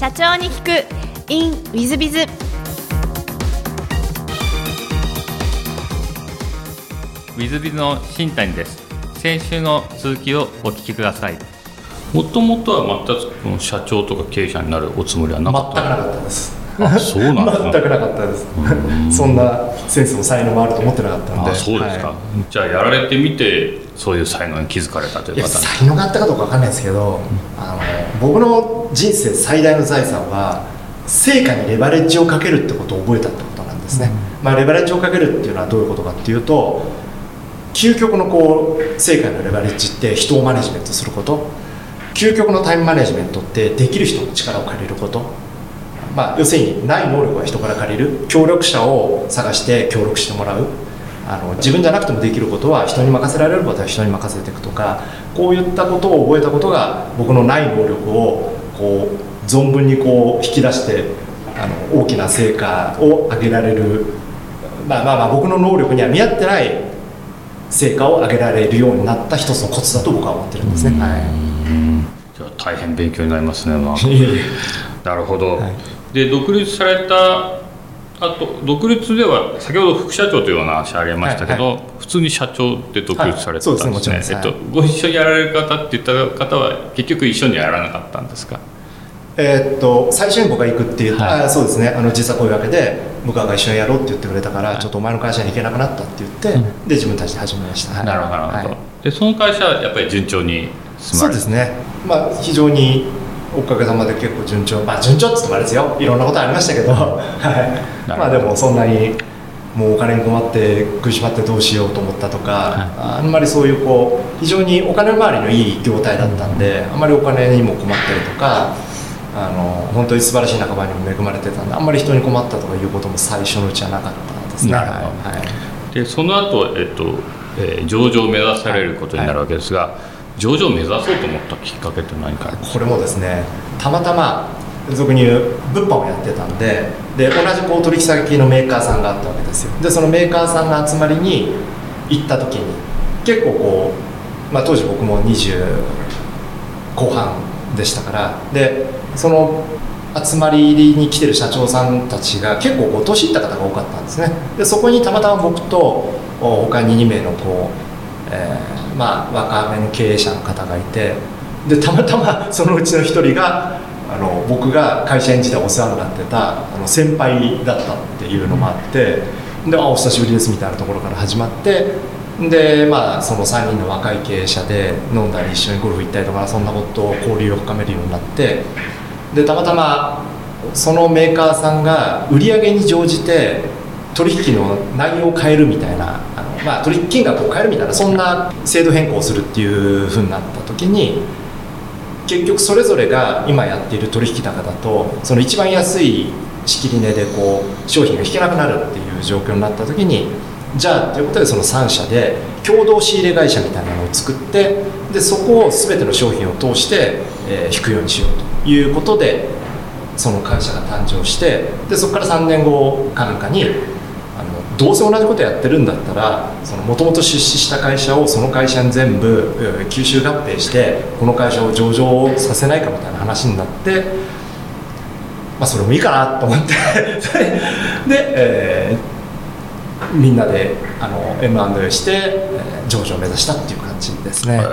社長に聞く in ウィズビズ。 ウィズビズの新谷です。先週の続きをお聞きください。もともとは全く社長とか経営者になるおつもりはなかった？ 全くなかったです。 あ、そうなんですね。 全くなかったです。そんなセンスも才能もあると思ってなかったので。 あ、そうですか、はい、じゃあやられてみてそういう才能に気づかれたという方。 才能があったかどうかわかんないですけど、僕の人生最大の財産は成果にレバレッジをかけるってことを覚えたってことなんですね、レバレッジをかけるっていうのはどういうことかっていうと、究極の成果のレバレッジって人をマネジメントすること、究極のタイムマネジメントってできる人の力を借りること、要するにない能力は人から借りる、協力者を探して協力してもらう、自分じゃなくてもできることは人に任せられることは人に任せていくとか、こういったことを覚えたことが僕のない能力を存分に引き出して大きな成果を上げられる、僕の能力には見合ってない成果を上げられるようになった一つのコツだと僕は思ってるんですね。 じゃあ大変勉強になりますね。なるほど、はい、で独立された独立では先ほど副社長というような話ありましたけど、普通に社長で独立されてたんですね。ご一緒にやられる方って言った方は結局一緒にはやらなかったんですか？ 最初に僕が行くって言った、そうですね、実はこういうわけで僕が一緒にやろうって言ってくれたから、ちょっとお前の会社に行けなくなったって言って、で自分たちで始めました。 なるほど、なるほど。でその会社はやっぱり順調に進まれる？ そうですね、非常におかげさまで結構順調、順調って言ってもあれですよ、いろんなことありましたけど、でもそんなにもうお金に困って食いしばってどうしようと思ったとか、あんまりそういう非常にお金回りのいい業態だったんで、あんまりお金にも困ったりとか、本当に素晴らしい仲間にも恵まれてたんで、あんまり人に困ったとかいうことも最初のうちはなかったですね。 なるほど、でその後、上場を目指されることになるわけですが、上場を目指そうと思ったきっかけって何か？ これもですね、たまたま俗に言う物販をやってたんで、同じ取引先のメーカーさんがあったわけですよ。でそのメーカーさんの集まりに行った時に、結構当時僕も20後半でしたから、でその集まりに来てる社長さんたちが結構年いった方が多かったんですね。でそこにたまたま僕と他に2名の若めの経営者の方がいて、でたまたまそのうちの1人が僕が会社員時代お世話になってた先輩だったっていうのもあって、でお久しぶりですみたいなところから始まって、でその3人の若い経営者で飲んだり一緒にゴルフ行ったりとか、そんなことを交流を深めるようになって、でたまたまそのメーカーさんが売り上げに乗じて取引の内容を変えるみたいな、取引金額を変えるみたいな、そんな制度変更をするっていうふうになった時に、結局それぞれが今やっている取引高だと、その一番安い仕切り値で商品が引けなくなるっていう状況になった時に、じゃあということでその3社で共同仕入れ会社みたいなのを作って、でそこを全ての商品を通して、引くようにしようということでその会社が誕生して、でそこから3年後かなんかにどうせ同じことやってるんだったら、もともと出資した会社をその会社に全部吸収合併してこの会社を上場させないかみたいな話になって、それもいいかなと思ってで、みんなでM&A して上場を目指したっていう感じですね。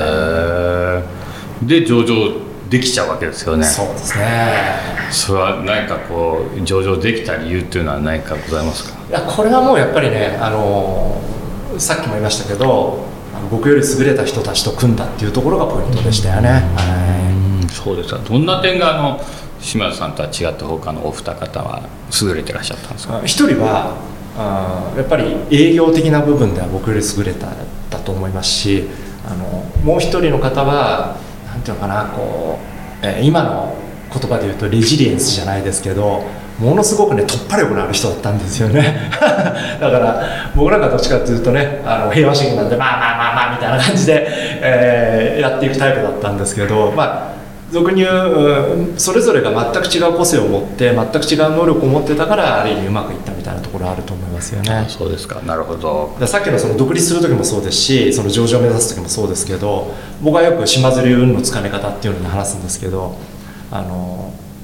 で上場できちゃうわけですよね。 そうですね。 それは何か上場できた理由っていうのは何かございますか？ いや、これはもうやっぱりね、さっきも言いましたけど、僕より優れた人たちと組んだっていうところがポイントでしたよね。 そうですか。どんな点が島津さんとは違って他のお二方は優れてらっしゃったんですか？ 一人はやっぱり営業的な部分では僕より優れたと思いますし、もう一人の方はなんていうのかな、今の言葉で言うとレジリエンスじゃないですけど、ものすごくね突破力のある人だったんですよねだから僕なんかどっちかっていうとね、平和主義なんでみたいな感じで、やっていくタイプだったんですけど、俗に言うそれぞれが全く違う個性を持って全く違う能力を持ってたから、ある意味うまくいったみたいなところあると思いますよね。 そうですか。なるほど。 さっきの独立する時もそうですし、その上場を目指す時もそうですけど、僕はよく島津流運のつかめ方っていうのに話すんですけど、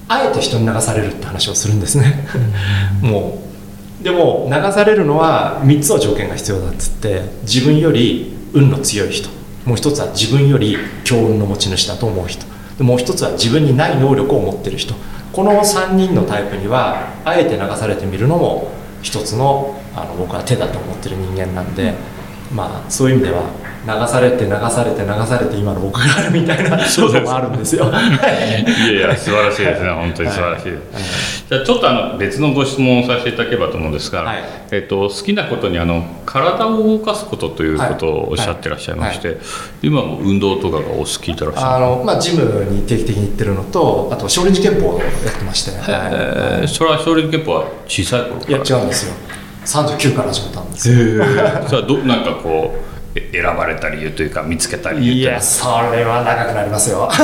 あえて人に流されるって話をするんですねもうでも流されるのは3つの条件が必要だっつって、自分より運の強い人、もう一つは自分より強運の持ち主だと思う人で、もう一つは自分にない能力を持ってる人、この3人のタイプにはあえて流されてみるのも一つの僕は手だと思ってる人間なんで、まあそういう意味では流されて流されて流されて今の僕があるみたいなこともあるんですよいやいや素晴らしいですね、本当に素晴らしいです、じゃあちょっと別のご質問をさせていただければと思うんですが、好きなことに体を動かすことということをおっしゃってらっしゃいまして、今も運動とかがお好きでいらっしゃるジムに定期的に行ってるのと、あと少林寺拳法をやってまして、 それは少林寺拳法は小さい頃から？ いや違うんですよ、39から始めたんですよそれはなんかこう選ばれた理由というか見つけた理由？ いやそれは長くなりますよ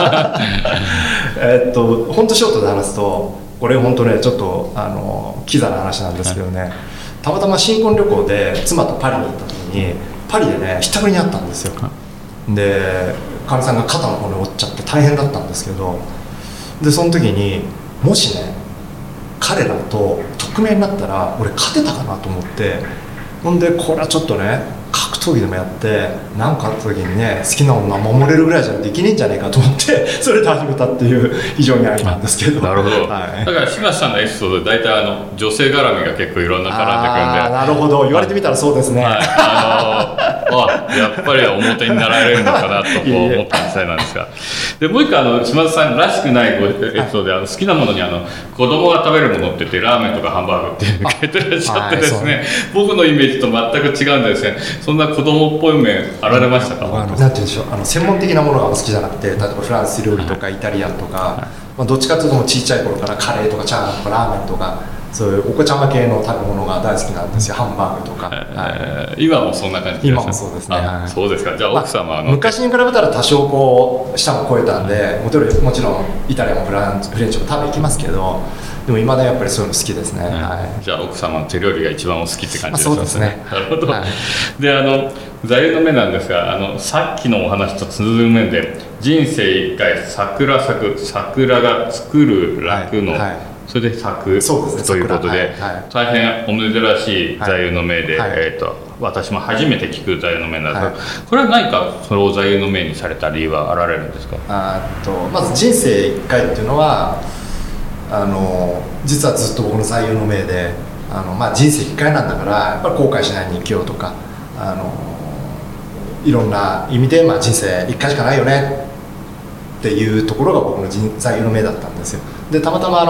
本当ショートで話すと、これ本当ねちょっとキザな話なんですけどね、たまたま新婚旅行で妻とパリに行った時に、パリでねひったくりにあったんですよ。でかみさんが肩の骨折っちゃって大変だったんですけど、でその時にもしね彼らと匿名になったら俺勝てたかなと思って、ほんでこれはちょっとね格闘技でもやって何かあった時にね好きな女守れるぐらいじゃできねえんじゃねえかと思ってそれで始めたっていう非常にありなんですけど。 なるほど、だから島津さんのエピソードで大体女性絡みが結構いろんな絡んでくるんで。 なるほど、言われてみたらそうですね、 やっぱり表になられるのかなと思ったみたいなんですがでもう一個島津さんらしくないエピソードで好きなものに子供が食べるものって言ってラーメンとかハンバーグって書いてらっしゃってですね、僕のイメージと全く違うんですね。そんな子供っぽい面あられましたか？ なんて言うんでしょう、専門的なものが好きじゃなくて、例えばフランス料理とかイタリアンとか、どっちかというともうちっちゃい頃からカレーとかチャーハンとかラーメンとかそういうお子ちゃま系の食べ物が大好きなんですよ。ハンバーグとか、 今もそんな感じですか？ 今もそうですね。 そうですか。じゃあ奥様は昔に比べたら多少こう舌も超えたんで、もちろんイタリアもフレンチも食べ行きますけど、でも未だやっぱりそういうの好きですね。 じゃあ奥様の手料理が一番お好きって感じですね。 そうですね。 なるほど。で座右の銘なんですが、さっきのお話と通ずる面で、人生一回桜咲く、桜が作る楽の、それで咲くということで、大変お珍しい座右の銘で、私も初めて聞く座右の銘なんですが、これは何かそれを座右の銘にされた理由はあられるんですか？ まず人生一回っていうのは実はずっと僕の座右の銘で、人生一回なんだからやっぱり後悔しないに生きようとか、いろんな意味で、人生一回しかないよねっていうところが僕の座右の銘だったんですよ。でたまたま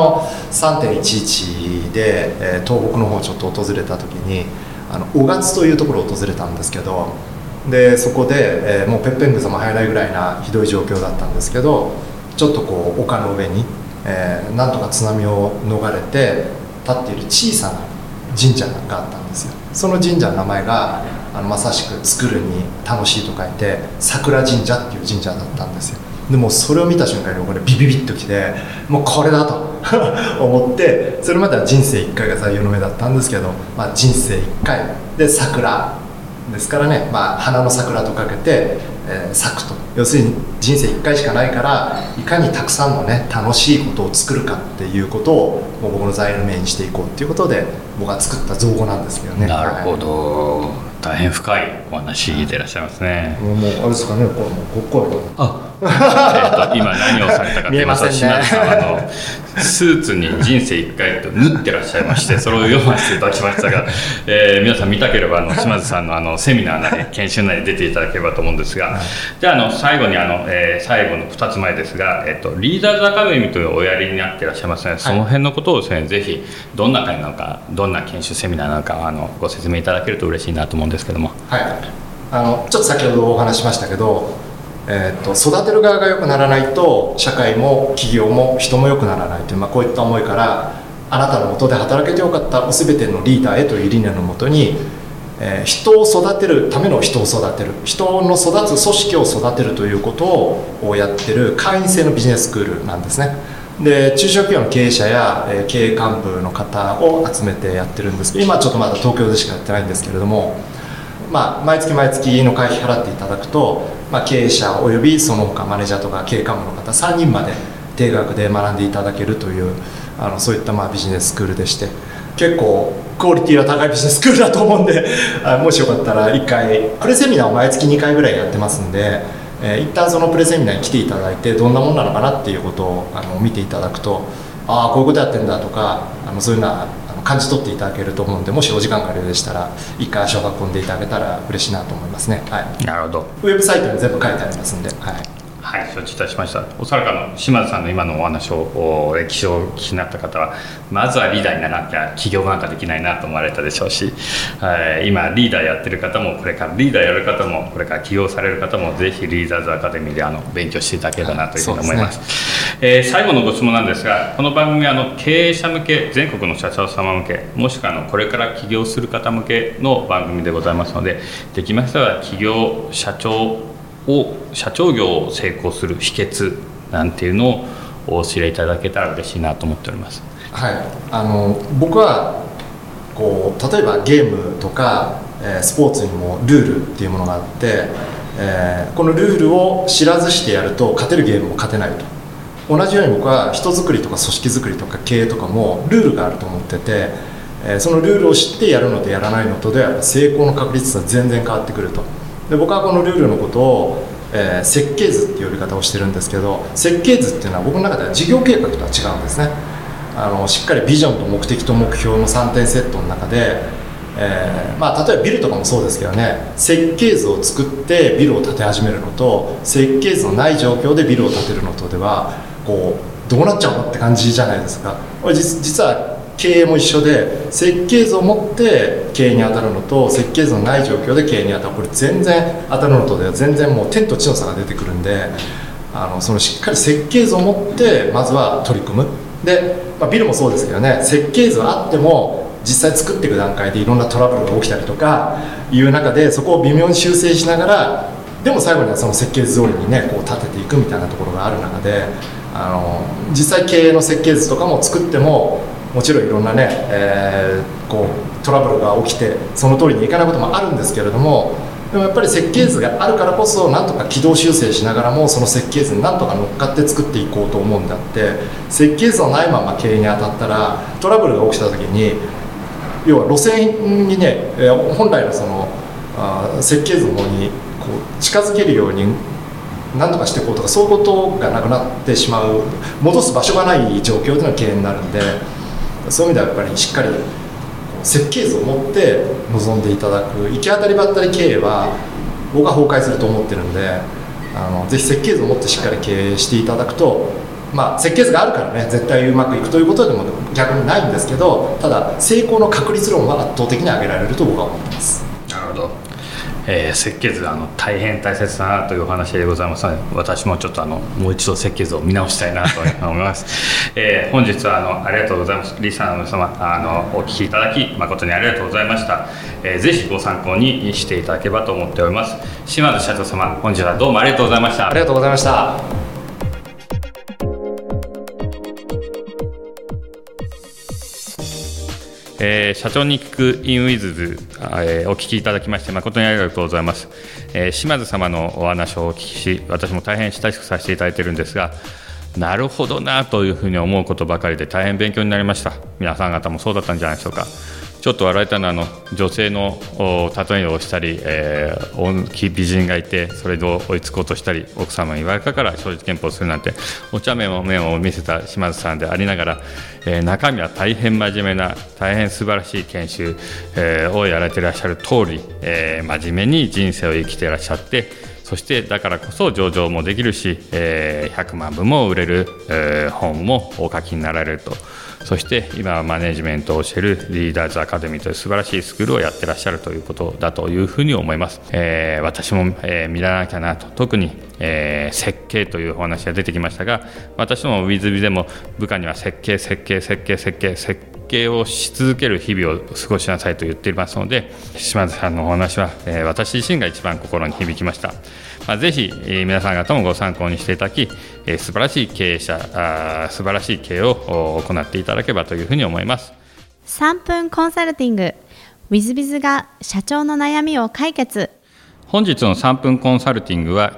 3.11 で、東北の方をちょっと訪れた時に雄勝というところを訪れたんですけど、でそこで、もうペッペングサも入らないぐらいなひどい状況だったんですけど、ちょっとこう丘の上に、なんとか津波を逃れて立っている小さな神社があったんですよ。その神社の名前がまさしく作るに楽しいと書いて桜神社っていう神社だったんですよ。でもそれを見た瞬間にこれビビビッときて、もうこれだと思って、それまでは人生一回が座右の銘だったんですけど、人生一回で桜ですからね、花の桜とかけて、咲くと、要するに人生一回しかないから、いかにたくさんのね楽しいことを作るかっていうことをもう僕の座右の銘にしていこうっていうことで僕が作った造語なんですけどね。 なるほど、大変深いお話でいらっしゃいますね。 もうあれですかね、ここ今何をされたかと言いますと、島津さんはスーツに人生一回と縫ってらっしゃいまして、それを読ませていただきましたが、皆さん見たければ島津さんのセミナーなり研修なり出ていただければと思うんですが、じゃあ最後に最後の2つ前ですが、リーダーズアカデミーというおやりになっていらっしゃいますので、その辺のことをですね、ぜひどんな会なのか、どんな研修セミナーなのかご説明いただけると嬉しいなと思うんですけども。 ちょっと先ほどお話しましたけど、育てる側が良くならないと社会も企業も人も良くならないという、こういった思いから、あなたの下で働けてよかったおすべてのリーダーへという理念のもとに、人を育てるための人を育てる、人の育つ組織を育てるということをやってる会員制のビジネススクールなんですね。で中小企業の経営者や経営幹部の方を集めてやってるんですけど、今ちょっとまだ東京でしかやってないんですけれども、毎月毎月の会費払っていただくと、経営者およびその他マネージャーとか経営幹部の方3人まで定額で学んでいただけるというそういったビジネススクールでして、結構クオリティは高いビジネススクールだと思うんでもしよかったら1回プレセミナーを毎月2回ぐらいやってますんで、一旦そのプレセミナーに来ていただいてどんなものなのかなっていうことを見ていただくと、ああこういうことやってんだとかそういうのは感じ取っていただけると思うんで、もしお時間があるようでしたら一回足を運んでいただけたら嬉しいなと思いますね。はい、 なるほど。 ウェブサイトに全部書いてありますんで、 はい、承知いたしました。おそらく島津さんの今のお話を歴史をお聞きになった方は、まずはリーダーにならなきゃ起業なんかできないなと思われたでしょうし、今リーダーやってる方もこれからリーダーやる方もこれから起業される方もぜひリーダーズアカデミーで勉強していただければなというふうに思います。最後のご質問なんですが、この番組は経営者向け、全国の社長様向け、もしくはこれから起業する方向けの番組でございますので、できましたら起業社長業を成功する秘訣なんていうのをお知りいただけたら嬉しいなと思っております。 はい、僕は例えばゲームとか、スポーツにもルールっていうものがあって、このルールを知らずしてやると勝てるゲームも勝てないと。同じように僕は人づくりとか組織づくりとか経営とかもルールがあると思ってて、そのルールを知ってやるのとやらないのとでは成功の確率は全然変わってくると。で僕はこのルールのことを、設計図っていう呼び方をしてるんですけど、設計図っていうのは僕の中では事業計画とは違うんですね。しっかりビジョンと目的と目標の3点セットの中で、例えばビルとかもそうですけどね、設計図を作ってビルを建て始めるのと設計図のない状況でビルを建てるのとではどうなっちゃうのって感じじゃないですか。これ実は経営も一緒で、設計図を持って経営に当たるのと設計図のない状況で経営に当たる、これ全然当たるのとでは全然もう天と地の差が出てくるんで、そのしっかり設計図を持ってまずは取り組む。で、ビルもそうですけどね、設計図はあっても実際作っていく段階でいろんなトラブルが起きたりとかいう中で、そこを微妙に修正しながら、でも最後にはその設計図通りにね立てていくみたいなところがある中で、実際経営の設計図とかも作ってももちろんいろんなね、トラブルが起きてその通りにいかないこともあるんですけれども、でもやっぱり設計図があるからこそなんとか軌道修正しながらもその設計図になんとか乗っかって作っていこうと思うんだって、設計図のないまま経営に当たったらトラブルが起きた時に、要は路線にね本来のその設計図の方に近づけるように何とかしていこうとか、そういうことがなくなってしまう、戻す場所がない状況での経営になるんで、そういう意味ではやっぱりしっかり設計図を持って臨んでいただく。行き当たりばったり経営は僕は崩壊すると思ってるんで、ぜひ設計図を持ってしっかり経営していただくと、設計図があるからね絶対うまくいくということでも逆にないんですけど、ただ成功の確率論は圧倒的に上げられると僕は思ってます。 なるほど。設計図大変大切だなというお話でございますので、私もちょっともう一度設計図を見直したいなと思います。本日はありがとうございます。リスナーの皆様お聞きいただき誠にありがとうございました。ぜひご参考にしていただければと思っております。島津社長様、本日はどうもありがとうございました。 ありがとうございました。 社長に聞く in Wiz お聞きいただきまして誠にありがとうございます。島津様のお話をお聞きし、私も大変親しくさせていただいているんですが、なるほどなというふうに思うことばかりで大変勉強になりました。皆さん方もそうだったんじゃないでしょうか。ちょっと笑えたのは女性の例えをしたり、大きい美人がいてそれで追いつこうとしたり、奥様に言われたから正直憲法するなんてお茶目を見せた島津さんでありながら、中身は大変真面目な大変素晴らしい研修、をやられていらっしゃる通り、真面目に人生を生きていらっしゃって、そしてだからこそ上場もできるし、100万部も売れる、本もお書きになられると。そして今はマネジメントを教えるリーダーズアカデミーという素晴らしいスクールをやってらっしゃるということだというふうに思います。私も、見らなきゃなと。特に、設計というお話が出てきましたが、私ども WithBe でも部下には設計をし続ける日々を過ごしなさいと言っていますので、島津さんのお話は、私自身が一番心に響きました。ぜひ、皆さん方もご参考にしていただき、素晴らしい経営者、素晴らしい経営を行っていただければというふうに思います。 3分コンサルティング WithBiz が社長の悩みを解決。 本日の3分コンサルティングは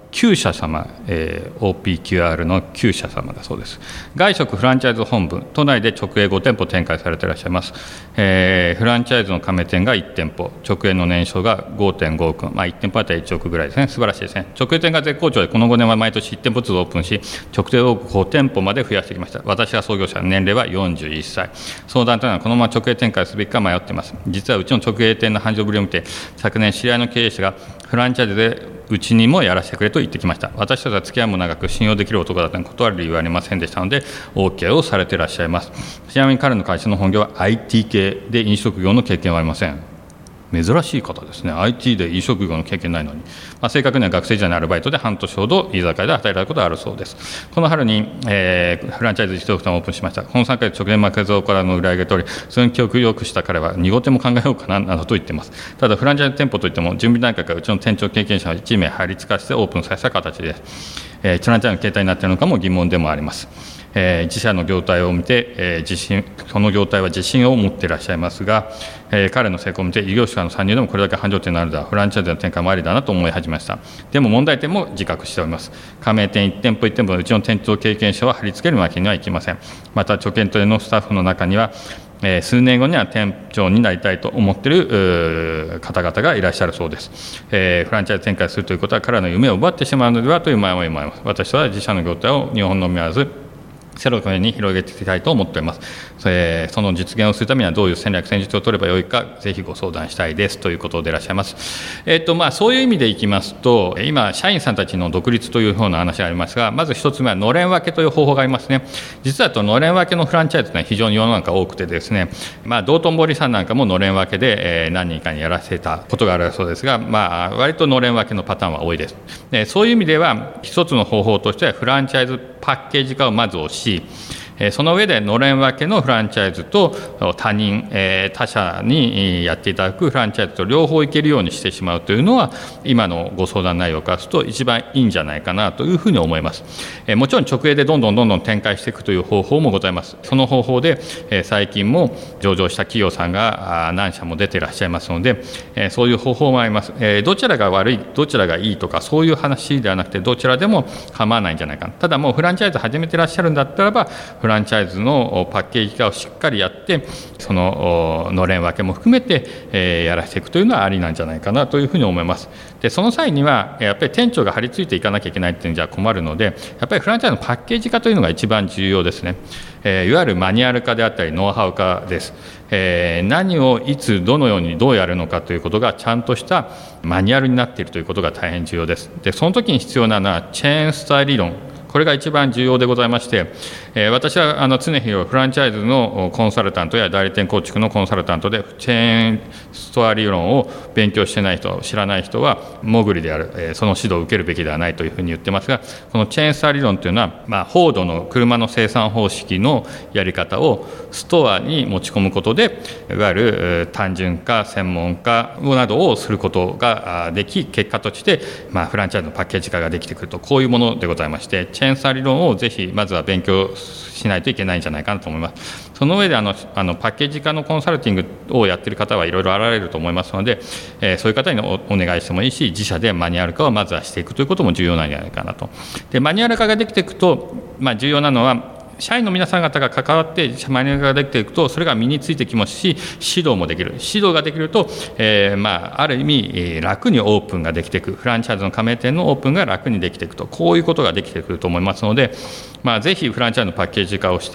9社様、OPQR の9社様だそうです。外食フランチャイズ本部、都内で直営5店舗展開されていらっしゃいます。フランチャイズの加盟店が1店舗、直営の年商が 5.5 億、1店舗あたり1億ぐらいですね。素晴らしいですね。直営店が絶好調で、この5年は毎年1店舗ずつオープンし、直営を5店舗まで増やしてきました。私は創業者、年齢は41歳。相談というのはこのまま直営展開すべきか迷っています。実はうちの直営店の繁盛ぶりを見て、昨年知り合いの経営者がフランチャイズでうちにもやらせてくれと言ってきました。私たちは付き合いも長く信用できる男だったのに断る理由はありませんでしたので OK をされていらっしゃいます。ちなみに彼の会社の本業は IT 系で飲食業の経験はありません。珍しい方ですね。 IT で飲食業の経験ないのに、正確には学生時代のアルバイトで半年ほど居酒屋で働いたことがあるそうです。この春に、フランチャイズ一店舗オープンしました。この3回直営負け増からの売り上げ通り、その記憶をよくした彼は2号店も考えようかななどと言っています。ただフランチャイズ店舗といっても準備段階からうちの店長経験者を1名入り付かせてオープンさせた形です。フランチャイズの形態になっているのかも疑問でもあります。自社の業態を見て、その業態は自信を持っていらっしゃいますが、彼の成功を見て異業種からの参入でもこれだけ繁盛店になるだ、フランチャイズの展開もありだなと思い始めました。でも問題点も自覚しております。加盟店1店舗1店舗のうちの店長経験者を貼り付けるわけにはいきません。また直営店のスタッフの中には数年後には店長になりたいと思っている方々がいらっしゃるそうです。フランチャイズ展開するということは彼らの夢を奪ってしまうのではという迷いもあります。私は自社の業態を日本のみならず世界に広げていきたいと思っております。その実現をするためにはどういう戦略戦術を取ればよいかぜひご相談したいですということでいらっしゃいます。そういう意味でいきますと、今社員さんたちの独立というような話がありますが、まず一つ目はのれん分けという方法がありますね。実はのれん分けのフランチャイズというのは非常に世の中多くてですね、道頓堀さんなんかものれん分けで何人かにやらせたことがあるそうですが、割とのれん分けのパターンは多いです。そういう意味では一つの方法としてはフランチャイズパッケージ化をまず押し、その上でのれん分けのフランチャイズと他人、他社にやっていただくフランチャイズと両方いけるようにしてしまうというのは今のご相談内容からすると一番いいんじゃないかなというふうに思います。もちろん直営でどんどん展開していくという方法もございます。その方法で最近も上場した企業さんが何社も出ていらっしゃいますので、そういう方法もあります。どちらが悪いどちらがいいとかそういう話ではなくてどちらでも構わないんじゃないかな。ただもうフランチャイズ始めていらっしゃるんだったらばフランチャイズのパッケージ化をしっかりやってそののれん分けも含めてやらせていくというのはありなんじゃないかなというふうに思います。でその際にはやっぱり店長が張り付いていかなきゃいけないっていうんじゃ困るので、やっぱりフランチャイズのパッケージ化というのが一番重要ですね。いわゆるマニュアル化であったりノウハウ化です。何をいつどのようにどうやるのかということがちゃんとしたマニュアルになっているということが大変重要です。でその時に必要なのはチェーンスタイル理論、これが一番重要でございまして、私は常日頃フランチャイズのコンサルタントや代理店構築のコンサルタントでチェーンストア理論を勉強してない人、知らない人は潜りである、その指導を受けるべきではないというふうに言ってますが、このチェーンストア理論というのは、フォードの車の生産方式のやり方をストアに持ち込むことでいわゆる単純化専門化などをすることができ、結果として、フランチャイズのパッケージ化ができてくると、こういうものでございまして、チェーンストア理論をぜひまずは勉強しないといけないんじゃないかなと思います。その上でパッケージ化のコンサルティングをやっている方はいろいろあられると思いますので、そういう方にお願いしてもいいし、自社でマニュアル化をまずはしていくということも重要なんじゃないかなと。でマニュアル化ができていくと、重要なのは社員の皆さん方が関わってマニュアルができていくとそれが身についてきますし、指導もできる。指導ができると、ある意味、楽にオープンができていく、フランチャイズの加盟店のオープンが楽にできていくと、こういうことができてくると思いますので、ぜひフランチャイズのパッケージ化をして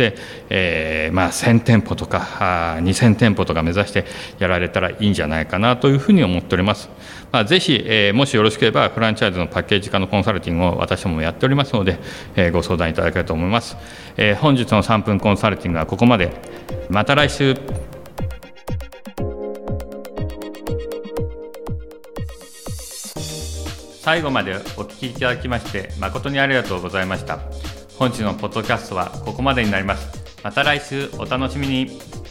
、1000店舗とか2000店舗とか目指してやられたらいいんじゃないかなというふうに思っております。ぜひ、もしよろしければフランチャイズのパッケージ化のコンサルティングを私もやっておりますので、ご相談いただければと思います。本日の3分コンサルティングはここまで。また来週。最後までお聞きいただきまして誠にありがとうございました。本日のポッドキャストはここまでになります。また来週お楽しみに。